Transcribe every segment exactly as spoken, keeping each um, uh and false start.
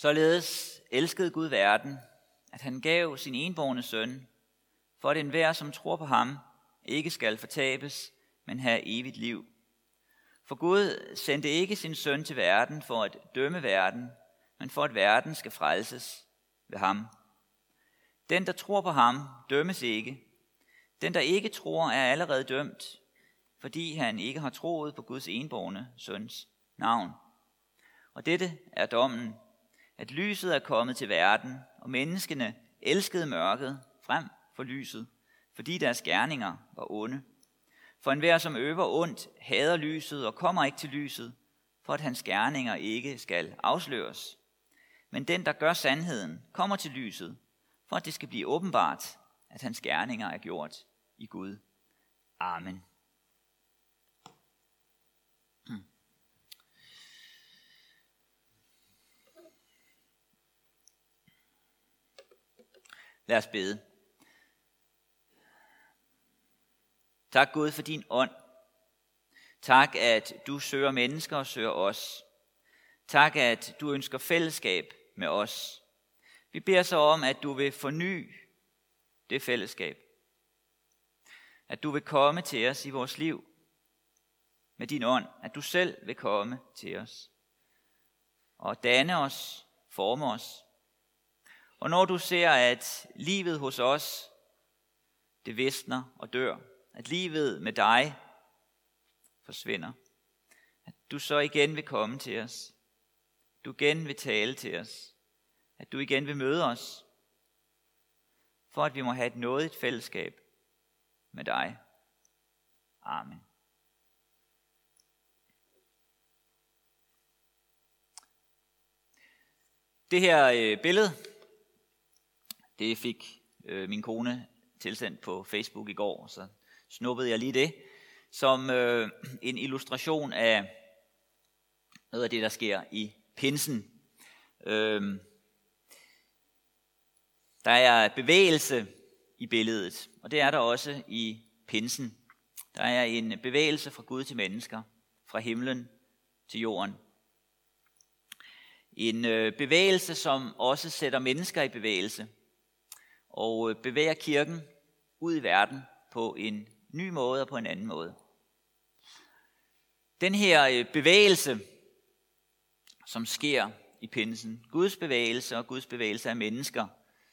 Således elskede Gud verden, at han gav sin enbårne søn, for at enhver, som tror på ham, ikke skal fortabes, men have evigt liv. For Gud sendte ikke sin søn til verden for at dømme verden, men for at verden skal frelses ved ham. Den, der tror på ham, dømmes ikke. Den, der ikke tror, er allerede dømt, fordi han ikke har troet på Guds enbårne søns navn. Og dette er dommen, at lyset er kommet til verden, og menneskene elskede mørket frem for lyset, fordi deres gerninger var onde. For enhver, som øver ondt, hader lyset og kommer ikke til lyset, for at hans gerninger ikke skal afsløres. Men den, der gør sandheden, kommer til lyset, for at det skal blive åbenbart, at hans gerninger er gjort i Gud. Amen. Hmm. Lad os bede. Tak Gud for din ånd. Tak, at du søger mennesker og søger os. Tak, at du ønsker fællesskab med os. Vi beder så om, at du vil forny det fællesskab. At du vil komme til os i vores liv med din ånd. At du selv vil komme til os og danne os, forme os. Og når du ser, at livet hos os, det visner og dør, at livet med dig forsvinder, at du så igen vil komme til os, du igen vil tale til os, at du igen vil møde os, for at vi må have et nådigt fællesskab med dig. Amen. Det her øh, billede, det fik øh, min kone tilsendt på Facebook i går, så snuppede jeg lige det, som øh, en illustration af noget af det, der sker i pinsen. Øh, der er bevægelse i billedet, og det er der også i pinsen. Der er en bevægelse fra Gud til mennesker, fra himlen til jorden. En øh, bevægelse, som også sætter mennesker i bevægelse, og øh, bevæger kirken ud i verden på en ny måde og på en anden måde. Den her øh, bevægelse, som sker i pinsen, Guds bevægelse og Guds bevægelse af mennesker,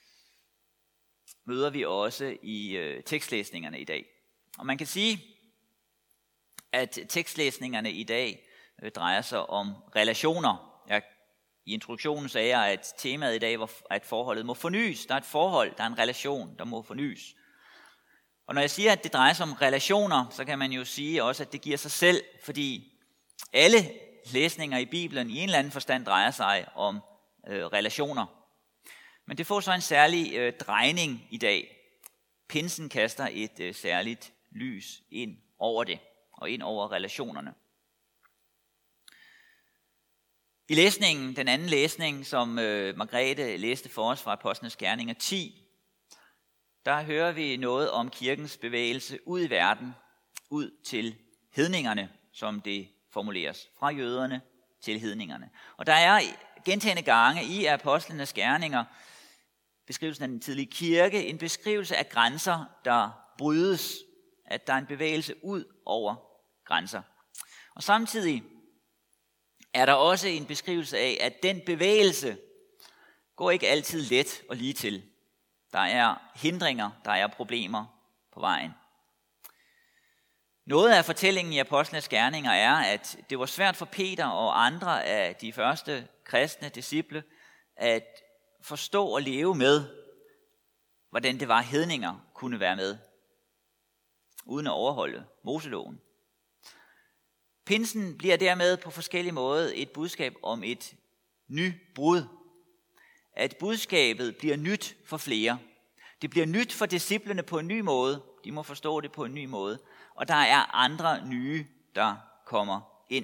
møder vi også i øh, tekstlæsningerne i dag. Og man kan sige, at tekstlæsningerne i dag øh, drejer sig om relationer. Jeg, I introduktionen sagde jeg, at temaet i dag var, at forholdet må fornyes. Der er et forhold, der er en relation, der må fornyes. Og når jeg siger, at det drejer sig om relationer, så kan man jo sige også, at det giver sig selv, fordi alle læsninger i Bibelen i en eller anden forstand drejer sig om øh, relationer. Men det får så en særlig øh, drejning i dag. Pinsen kaster et øh, særligt lys ind over det, og ind over relationerne. I læsningen, den anden læsning, som øh, Margrethe læste for os fra Apostlenes Gerninger ti, der hører vi noget om kirkens bevægelse ud i verden, ud til hedningerne, som det formuleres, fra jøderne til hedningerne. Og der er gentagne gange i Apostlenes Gerninger, beskrivelsen af den tidlige kirke, en beskrivelse af grænser, der brydes, at der er en bevægelse ud over grænser. Og samtidig er der også en beskrivelse af, at den bevægelse går ikke altid let og lige til. Der er hindringer, der er problemer på vejen. Noget af fortællingen i Apostlenes Gerninger er, at det var svært for Peter og andre af de første kristne disciple at forstå og leve med, hvordan det var, hedninger kunne være med, uden at overholde Moseloven. Pinsen bliver dermed på forskellige måder et budskab om et nybrud. At budskabet bliver nyt for flere. Det bliver nyt for disciplene på en ny måde. De må forstå det på en ny måde. Og der er andre nye, der kommer ind.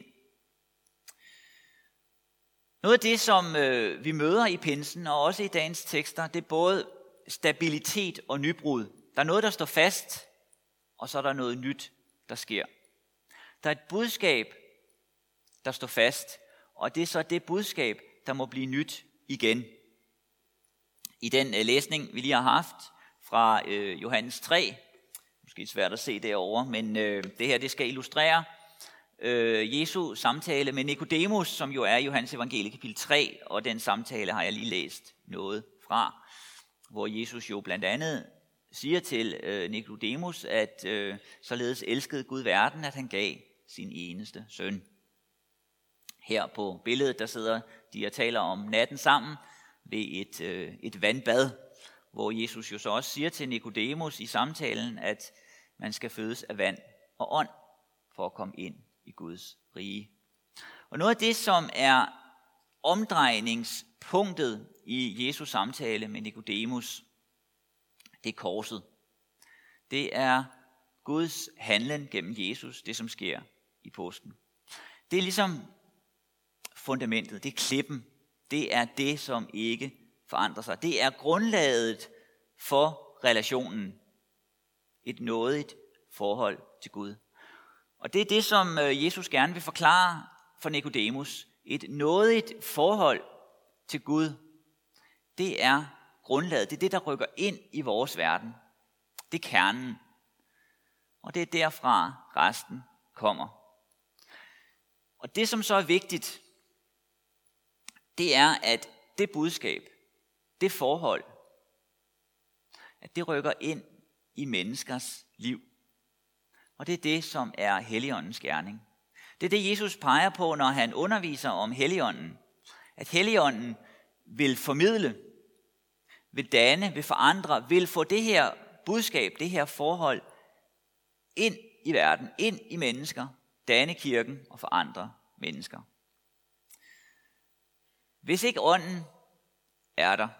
Noget af det, som øh, vi møder i pinsen, og også i dagens tekster, det er både stabilitet og nybrud. Der er noget, der står fast, og så er der noget nyt, der sker. Der er et budskab, der står fast, og det er så det budskab, der må blive nyt igen. I den øh, læsning, vi lige har haft fra øh, Johannes tre, måske svært at se derovre, men øh, det her det skal illustrere øh, Jesu samtale med Nikodemus, som jo er Johannes evangelie kapitel tre, og den samtale har jeg lige læst noget fra, hvor Jesus jo blandt andet siger til øh, Nikodemus, at øh, således elskede Gud verden, at han gav sin eneste søn. Her på billedet, der sidder de og taler om natten sammen ved et, øh, et vandbad, hvor Jesus jo så også siger til Nikodemus i samtalen, at man skal fødes af vand og ånd for at komme ind i Guds rige. Og noget af det, som er omdrejningspunktet i Jesus samtale med Nikodemus, det er korset. Det er Guds handlen gennem Jesus, det som sker i påsken. Det er ligesom fundamentet, det er klippen, det er det, som ikke forandrer sig. Det er grundlaget for relationen, et nådigt forhold til Gud. Og det er det, som Jesus gerne vil forklare for Nikodemus. Et nådigt forhold til Gud, det er grundlaget, det er det, der rykker ind i vores verden. Det er kernen. Og det er derfra resten kommer. Og det, som så er vigtigt, det er, at det budskab, det forhold, at det rykker ind i menneskers liv. Og det er det, som er Helligåndens gerning. Det er det, Jesus peger på, når han underviser om Helligånden. At Helligånden vil formidle, vil danne, vil forandre, vil få det her budskab, det her forhold ind i verden, ind i mennesker, danne kirken og forandre mennesker. Hvis ikke ånden er der,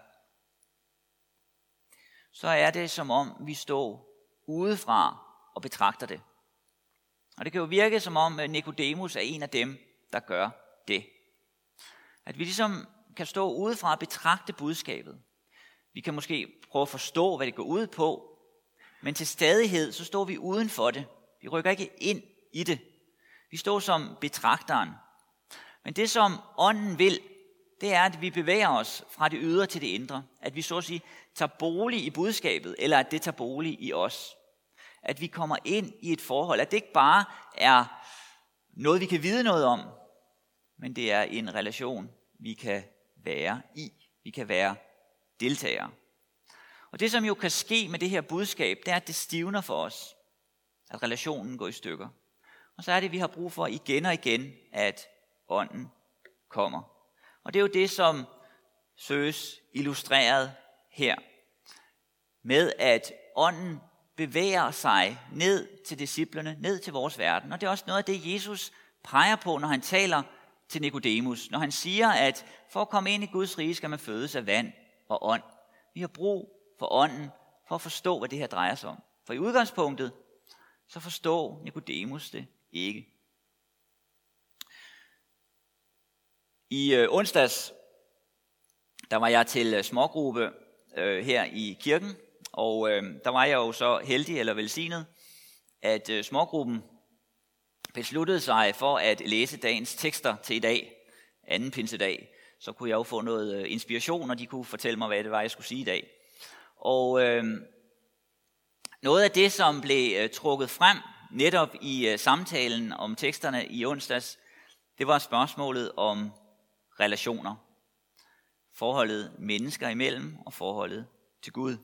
så er det som om vi står udefra og betragter det. Og det kan jo virke som om Nikodemus er en af dem, der gør det. At vi ligesom kan stå udefra og betragte budskabet. Vi kan måske prøve at forstå, hvad det går ud på, men til stadighed så står vi uden for det. Vi rykker ikke ind i det. Vi står som betragteren. Men det, som ånden vil, det er, at vi bevæger os fra det ydre til det indre. At vi så at sige tager bolig i budskabet, eller at det tager bolig i os. At vi kommer ind i et forhold, at det ikke bare er noget, vi kan vide noget om, men det er en relation, vi kan være i. Vi kan være deltagere. Og det, som jo kan ske med det her budskab, det er, at det stivner for os. At relationen går i stykker. Og så er det, vi har brug for igen og igen, at ånden kommer. Og det er jo det, som søges illustreret her. Med at ånden bevæger sig ned til disciplene, ned til vores verden. Og det er også noget af det, Jesus peger på, når han taler til Nikodemus. Når han siger, at for at komme ind i Guds rige, skal man fødes af vand og ånd. Vi har brug for ånden, for at forstå, hvad det her drejer sig om. For i udgangspunktet, så forstår Nikodemus det ikke. I øh, onsdags, der var jeg til smågruppe øh, her i kirken, og øh, der var jeg jo så heldig eller velsignet, at øh, smågruppen besluttede sig for at læse dagens tekster til i dag, anden pinsedag. Så kunne jeg jo få noget øh, inspiration, og de kunne fortælle mig, hvad det var, jeg skulle sige i dag. Og øh, noget af det, som blev øh, trukket frem netop i øh, samtalen om teksterne i onsdags, det var spørgsmålet om relationer. Forholdet mennesker imellem og forholdet til Gud.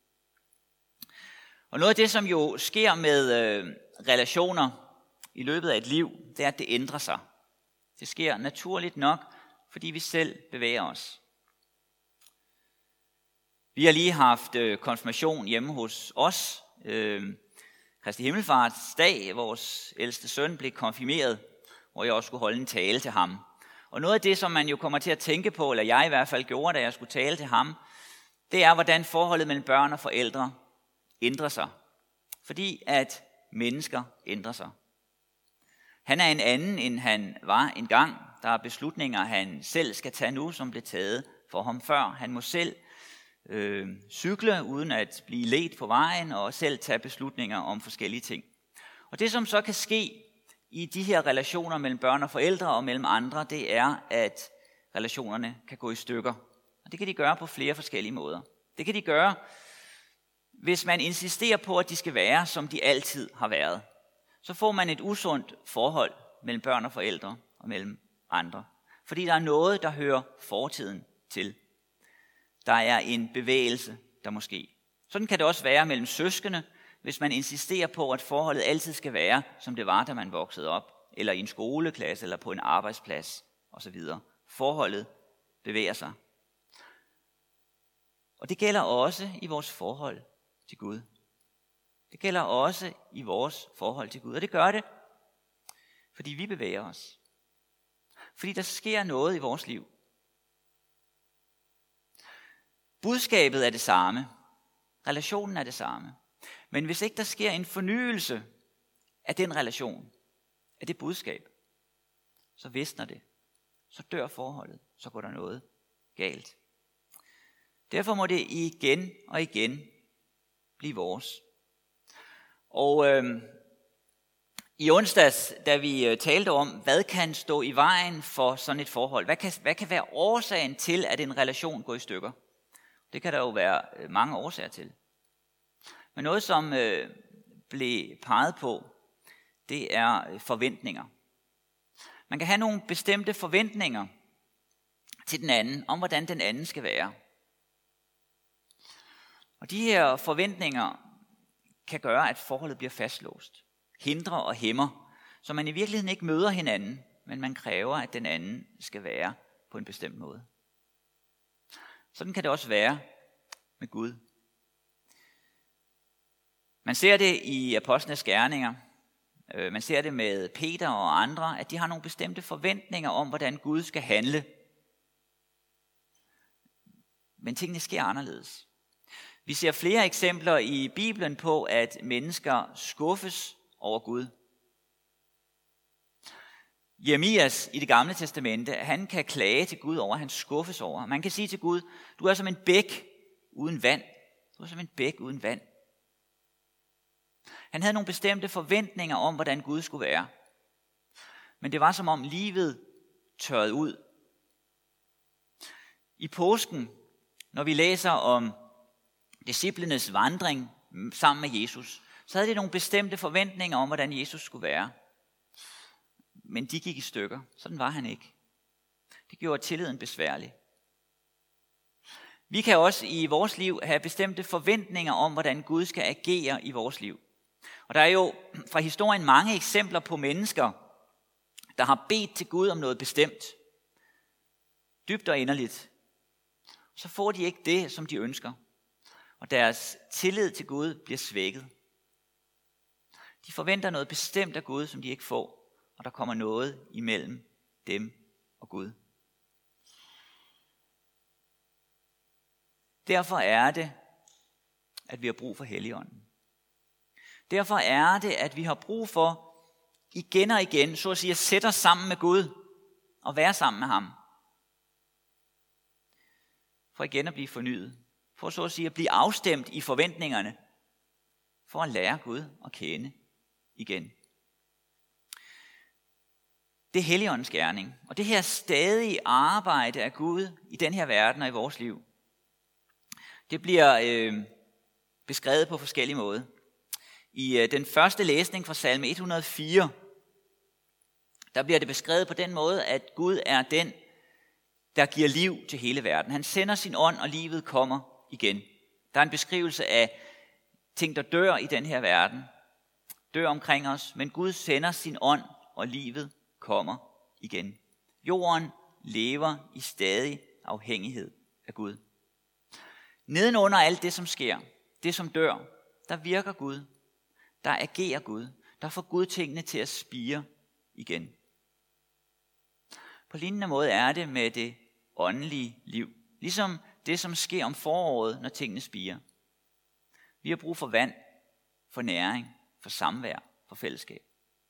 Og noget af det, som jo sker med øh, relationer i løbet af et liv, det er, at det ændrer sig. Det sker naturligt nok, fordi vi selv bevæger os. Vi har lige haft øh, konfirmation hjemme hos os. Øh, Kristi Himmelfarts dag, vores ældste søn blev konfirmeret, hvor jeg også skulle holde en tale til ham. Og noget af det, som man jo kommer til at tænke på, eller jeg i hvert fald gjorde, da jeg skulle tale til ham, det er, hvordan forholdet mellem børn og forældre ændrer sig. Fordi at mennesker ændrer sig. Han er en anden, end han var engang. Der er beslutninger, han selv skal tage nu, som blev taget for ham før. Han må selv øh, cykle, uden at blive ledt på vejen, og selv tage beslutninger om forskellige ting. Og det, som så kan ske i de her relationer mellem børn og forældre og mellem andre, det er, at relationerne kan gå i stykker. Og det kan de gøre på flere forskellige måder. Det kan de gøre, hvis man insisterer på, at de skal være, som de altid har været. Så får man et usundt forhold mellem børn og forældre og mellem andre. Fordi der er noget, der hører fortiden til. Der er en bevægelse, der måske. Sådan kan det også være mellem søskende, hvis man insisterer på, at forholdet altid skal være, som det var, da man voksede op, eller i en skoleklasse, eller på en arbejdsplads, osv. Forholdet bevæger sig. Og det gælder også i vores forhold til Gud. Det gælder også i vores forhold til Gud. Og det gør det, fordi vi bevæger os. Fordi der sker noget i vores liv. Budskabet er det samme. Relationen er det samme. Men hvis ikke der sker en fornyelse af den relation, af det budskab, så visner det. Så dør forholdet. Så går der noget galt. Derfor må det igen og igen blive vores. Og øh, i onsdags, da vi øh, talte om, hvad kan stå i vejen for sådan et forhold? Hvad kan, hvad kan være årsagen til, at en relation går i stykker? Det kan der jo være øh, mange årsager til. Men noget, som øh, blev peget på, det er forventninger. Man kan have nogle bestemte forventninger til den anden, om hvordan den anden skal være. Og de her forventninger kan gøre, at forholdet bliver fastlåst, hindrer og hæmmer, så man i virkeligheden ikke møder hinanden, men man kræver, at den anden skal være på en bestemt måde. Sådan kan det også være med Gud. Man ser det i apostlenes gerninger, man ser det med Peter og andre, at de har nogle bestemte forventninger om, hvordan Gud skal handle. Men tingene sker anderledes. Vi ser flere eksempler i Bibelen på, at mennesker skuffes over Gud. Jeremias i det gamle testamente, han kan klage til Gud over, at han skuffes over. Man kan sige til Gud, du er som en bæk uden vand. Du er som en bæk uden vand. Han havde nogle bestemte forventninger om, hvordan Gud skulle være. Men det var som om livet tørrede ud. I påsken, når vi læser om disciplenes vandring sammen med Jesus, så havde de nogle bestemte forventninger om, hvordan Jesus skulle være. Men de gik i stykker. Sådan var han ikke. Det gjorde tilliden besværlig. Vi kan også i vores liv have bestemte forventninger om, hvordan Gud skal agere i vores liv. Og der er jo fra historien mange eksempler på mennesker, der har bedt til Gud om noget bestemt. Dybt og inderligt. Så får de ikke det, som de ønsker. Og deres tillid til Gud bliver svækket. De forventer noget bestemt af Gud, som de ikke får. Og der kommer noget imellem dem og Gud. Derfor er det, at vi har brug for Helligånden. Derfor er det, at vi har brug for igen og igen, så at sige, at sætte os sammen med Gud og være sammen med ham. For igen at blive fornyet. For så at sige at blive afstemt i forventningerne. For at lære Gud at kende igen. Det er Helligåndens gerning. Og det her stadige arbejde af Gud i den her verden og i vores liv. Det bliver øh, beskrevet på forskellige måder. I øh, den første læsning fra salme et hundrede og fire, der bliver det beskrevet på den måde, at Gud er den, der giver liv til hele verden. Han sender sin ånd, og livet kommer igen. Der er en beskrivelse af ting, der dør i den her verden, dør omkring os, men Gud sender sin ånd, og livet kommer igen. Jorden lever i stadig afhængighed af Gud. Nedenunder alt det, som sker, det som dør, der virker Gud, der agerer Gud, der får Gud tingene til at spire igen. På lignende måde er det med det åndelige liv. Ligesom det, som sker om foråret, når tingene spirer. Vi har brug for vand, for næring, for samvær, for fællesskab.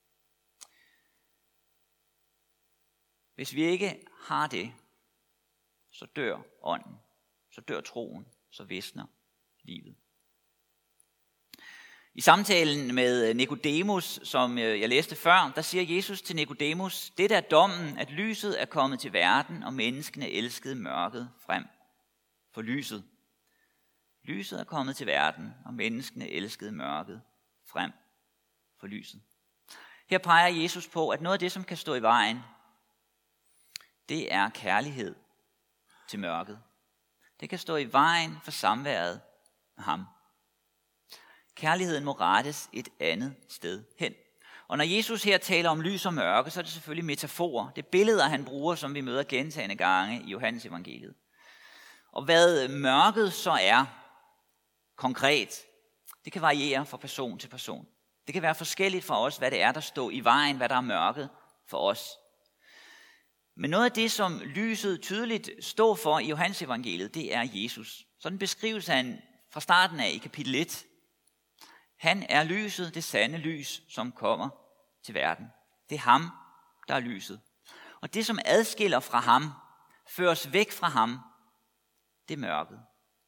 Hvis vi ikke har det, så dør ånden, så dør troen, så visner livet. I samtalen med Nikodemus, som jeg læste før, der siger Jesus til Nikodemus, det er dommen, at lyset er kommet til verden, og menneskene elskede mørket frem for lyset. Lyset er kommet til verden, og menneskene elskede mørket frem for lyset. Her peger Jesus på, at noget af det, som kan stå i vejen, det er kærlighed til mørket. Det kan stå i vejen for samværet med ham. Kærligheden må rettes et andet sted hen. Og når Jesus her taler om lys og mørke, så er det selvfølgelig metaforer. Det er billeder, han bruger, som vi møder gentagne gange i Johannes evangeliet. Og hvad mørket så er konkret, det kan variere fra person til person. Det kan være forskelligt for os, hvad det er, der står i vejen, hvad der er mørket for os. Men noget af det, som lyset tydeligt står for i Johannes evangeliet, det er Jesus. Sådan beskrives han fra starten af i kapitel et. Han er lyset, det sande lys, som kommer til verden. Det er ham, der er lyset. Og det, som adskiller fra ham, føres væk fra ham, det er mørket.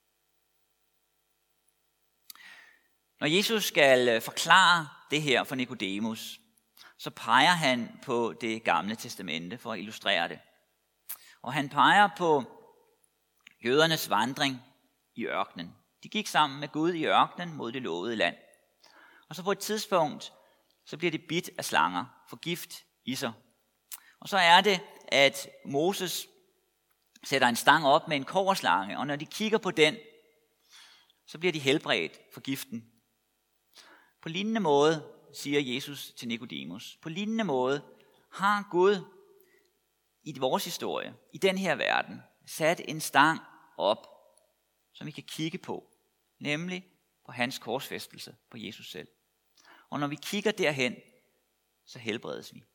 Når Jesus skal forklare det her for Nikodemus, så peger han på det gamle testamente for at illustrere det. Og han peger på jødernes vandring i ørkenen. De gik sammen med Gud i ørkenen mod det lovede land. Og så på et tidspunkt, så bliver de bidt af slanger, for gift i sig. Og så er det, at Moses sætter en stang op med en kobberslange, og når de kigger på den, så bliver de helbredt for giften. På lignende måde, siger Jesus til Nikodemus, på lignende måde har Gud i vores historie, i den her verden, sat en stang op, som vi kan kigge på, nemlig på hans korsfæstelse på Jesus selv. Og når vi kigger derhen, så helbredes vi.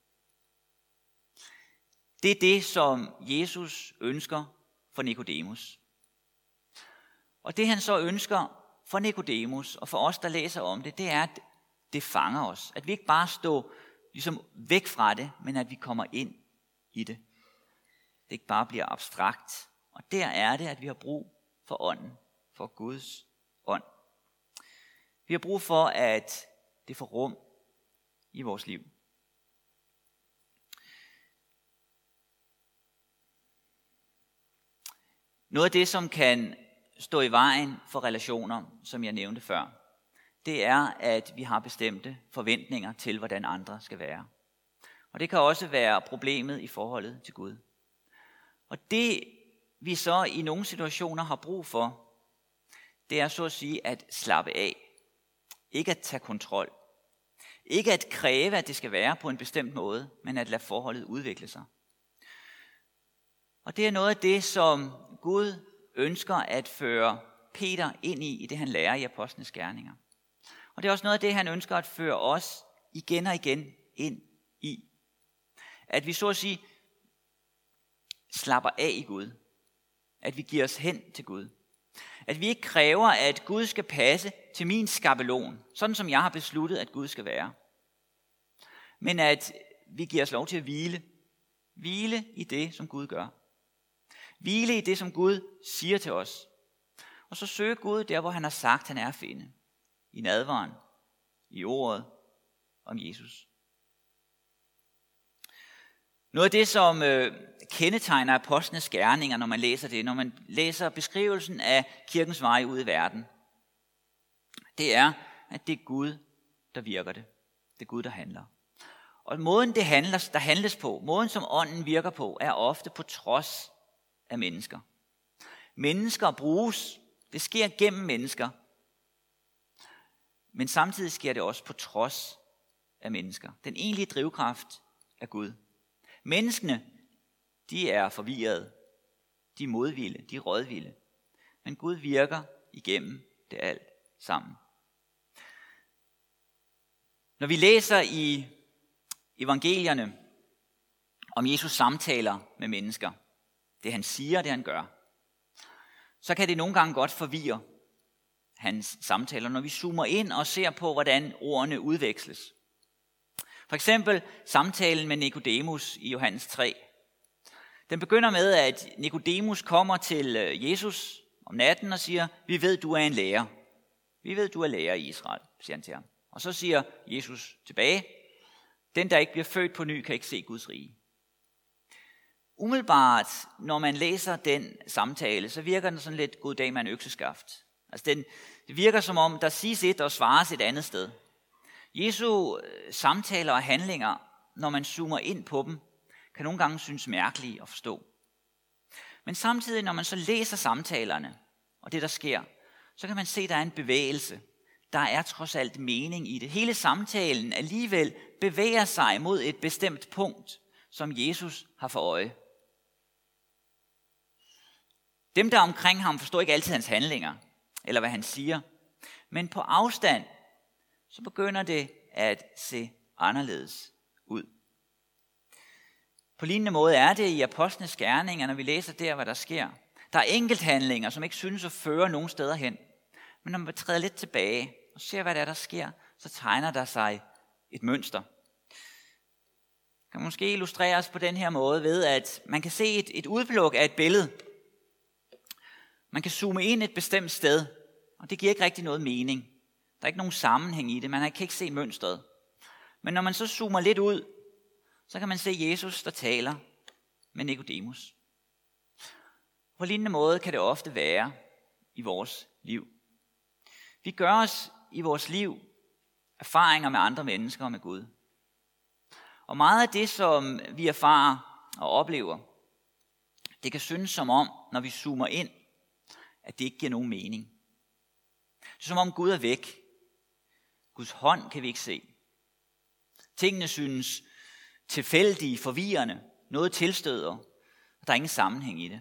Det er det, som Jesus ønsker for Nikodemus. Og det han så ønsker for Nikodemus og for os, der læser om det, det er, at det fanger os. At vi ikke bare står ligesom væk fra det, men at vi kommer ind i det. Det ikke bare bliver abstrakt. Og der er det, at vi har brug for ånden, for Guds ånd. Vi har brug for, at det får rum i vores liv. Noget af det, som kan stå i vejen for relationer, som jeg nævnte før, det er, at vi har bestemte forventninger til, hvordan andre skal være. Og det kan også være problemet i forholdet til Gud. Og det, vi så i nogle situationer har brug for, det er så at sige at slappe af. Ikke at tage kontrol. Ikke at kræve, at det skal være på en bestemt måde, men at lade forholdet udvikle sig. Og det er noget af det, som Gud ønsker at føre Peter ind i, i det han lærer i Apostlenes Gerninger. Og det er også noget af det, han ønsker at føre os igen og igen ind i. At vi så at sige slapper af i Gud. At vi giver os hen til Gud. At vi ikke kræver, at Gud skal passe til min skabelon, sådan som jeg har besluttet, at Gud skal være. Men at vi giver os lov til at hvile. Hvile i det, som Gud gør. Hvile i det, som Gud siger til os. Og så søge Gud der, hvor han har sagt, han er at finde. I nadveren, i ordet om Jesus. Noget af det, som øh, kendetegner apostlenes gerninger, når man læser det, når man læser beskrivelsen af kirkens vej ud i verden, det er, at det er Gud, der virker det. Det er Gud, der handler. Og måden, det handles, der handles på, måden som ånden virker på, er ofte på trods af mennesker. Mennesker bruges, det sker gennem mennesker, men samtidig sker det også på trods af mennesker. Den egentlige drivkraft er Gud. Menneskene, de er forvirrede, de er modvilde, de er rådvilde, men Gud virker igennem det alt sammen. Når vi læser i evangelierne om Jesus samtaler med mennesker, det han siger, det han gør, så kan det nogle gange godt forvirre hans samtaler, når vi zoomer ind og ser på, hvordan ordene udveksles. For eksempel samtalen med Nikodemus i Johannes tre. Den begynder med, at Nikodemus kommer til Jesus om natten og siger, vi ved, du er en lærer. Vi ved, du er lærer i Israel. siger han til ham. Og så siger Jesus tilbage, den der ikke bliver født på ny, kan ikke se Guds rige. Umiddelbart, når man læser den samtale, så virker den sådan lidt god dag med en økseskaft. Altså den, det virker som om, der siges et og svares et andet sted. Jesu samtaler og handlinger, når man zoomer ind på dem, kan nogle gange synes mærkelige at forstå. Men samtidig, når man så læser samtalerne og det, der sker, så kan man se, at der er en bevægelse. Der er trods alt mening i det. Hele samtalen alligevel bevæger sig mod et bestemt punkt, som Jesus har for øje. Dem, der er omkring ham, forstår ikke altid hans handlinger, eller hvad han siger. Men på afstand, så begynder det at se anderledes ud. På lignende måde er det i apostlenes gerninger, når vi læser der, hvad der sker. Der er enkelthandlinger, som ikke synes at føre nogen steder hen. Men når man træder lidt tilbage og ser, hvad der er, der sker, så tegner der sig et mønster. Det kan måske illustreres på den her måde ved, at man kan se et, et udpluk af et billede. Man kan zoome ind et bestemt sted, og det giver ikke rigtig noget mening. Der er ikke nogen sammenhæng i det, man kan ikke se mønstret. Men når man så zoomer lidt ud, så kan man se Jesus, der taler med Nikodemus. På lignende måde kan det ofte være i vores liv. Vi gør os i vores liv erfaringer med andre mennesker og med Gud. Og meget af det, som vi erfarer og oplever, det kan synes som om, når vi zoomer ind, at det ikke giver nogen mening. Det er som om Gud er væk. Guds hånd kan vi ikke se. Tingene synes tilfældige, forvirrende, noget tilstøder, og der er ingen sammenhæng i det.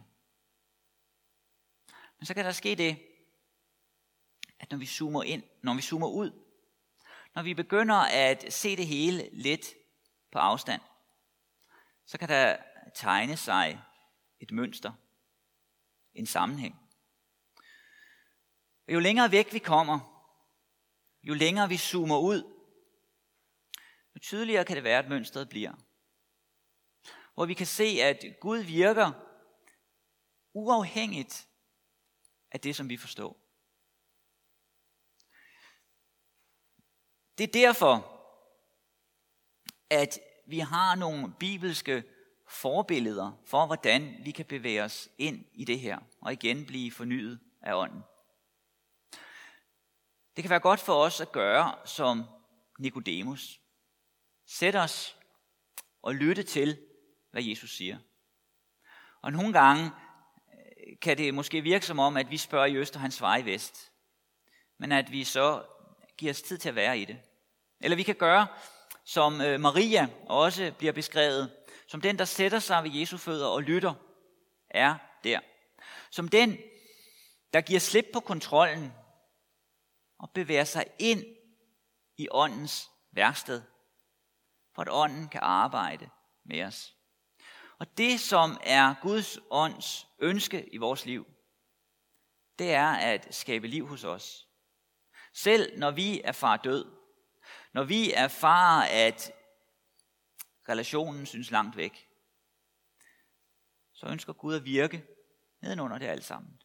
Men så kan der ske det, at når vi zoomer ind, når vi zoomer ud, når vi begynder at se det hele lidt på afstand, så kan der tegne sig et mønster, en sammenhæng. Og jo længere væk vi kommer, jo længere vi zoomer ud, jo tydeligere kan det være, at mønstret bliver. Hvor vi kan se, at Gud virker uafhængigt af det, som vi forstår. Det er derfor, at vi har nogle bibelske forbilleder for, hvordan vi kan bevæge os ind i det her, og igen blive fornyet af ånden. Det kan være godt for os at gøre som Nikodemus. Sæt os og lytte til, hvad Jesus siger. Og nogle gange kan det måske virke som om, at vi spørger i øst, og han svarer i vest. Men at vi så giver os tid til at være i det. Eller vi kan gøre, som Maria også bliver beskrevet, som den, der sætter sig ved Jesu fødder og lytter, er der. Som den, der giver slip på kontrollen og bevæger sig ind i åndens værksted, for at ånden kan arbejde med os. Og det, som er Guds ånds ønske i vores liv, det er at skabe liv hos os. Selv når vi erfarer død, når vi erfarer, at relationen synes langt væk, så ønsker Gud at virke nedenunder det alt sammen.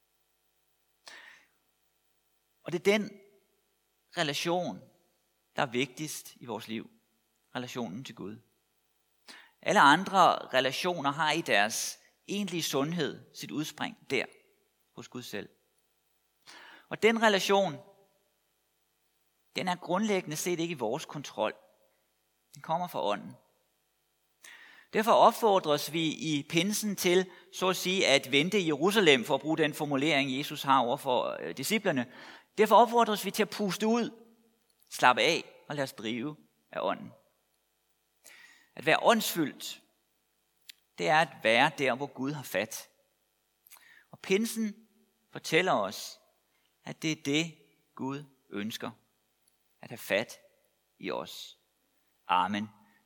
Og det er den relation, der er vigtigst i vores liv. Relationen til Gud. Alle andre relationer har i deres egentlige sundhed sit udspring der, hos Gud selv. Og den relation, den er grundlæggende set ikke i vores kontrol. Den kommer fra ånden. Derfor opfordres vi i pinsen til, så at sige, at vente i Jerusalem, for at bruge den formulering, Jesus har over for disciplerne. Derfor opfordres vi til at puste ud, slappe af og lade os drive af ånden. At være åndsfyldt, det er at være der, hvor Gud har fat. Og pinsen fortæller os, at det er det, Gud ønsker, at have fat i os. Amen.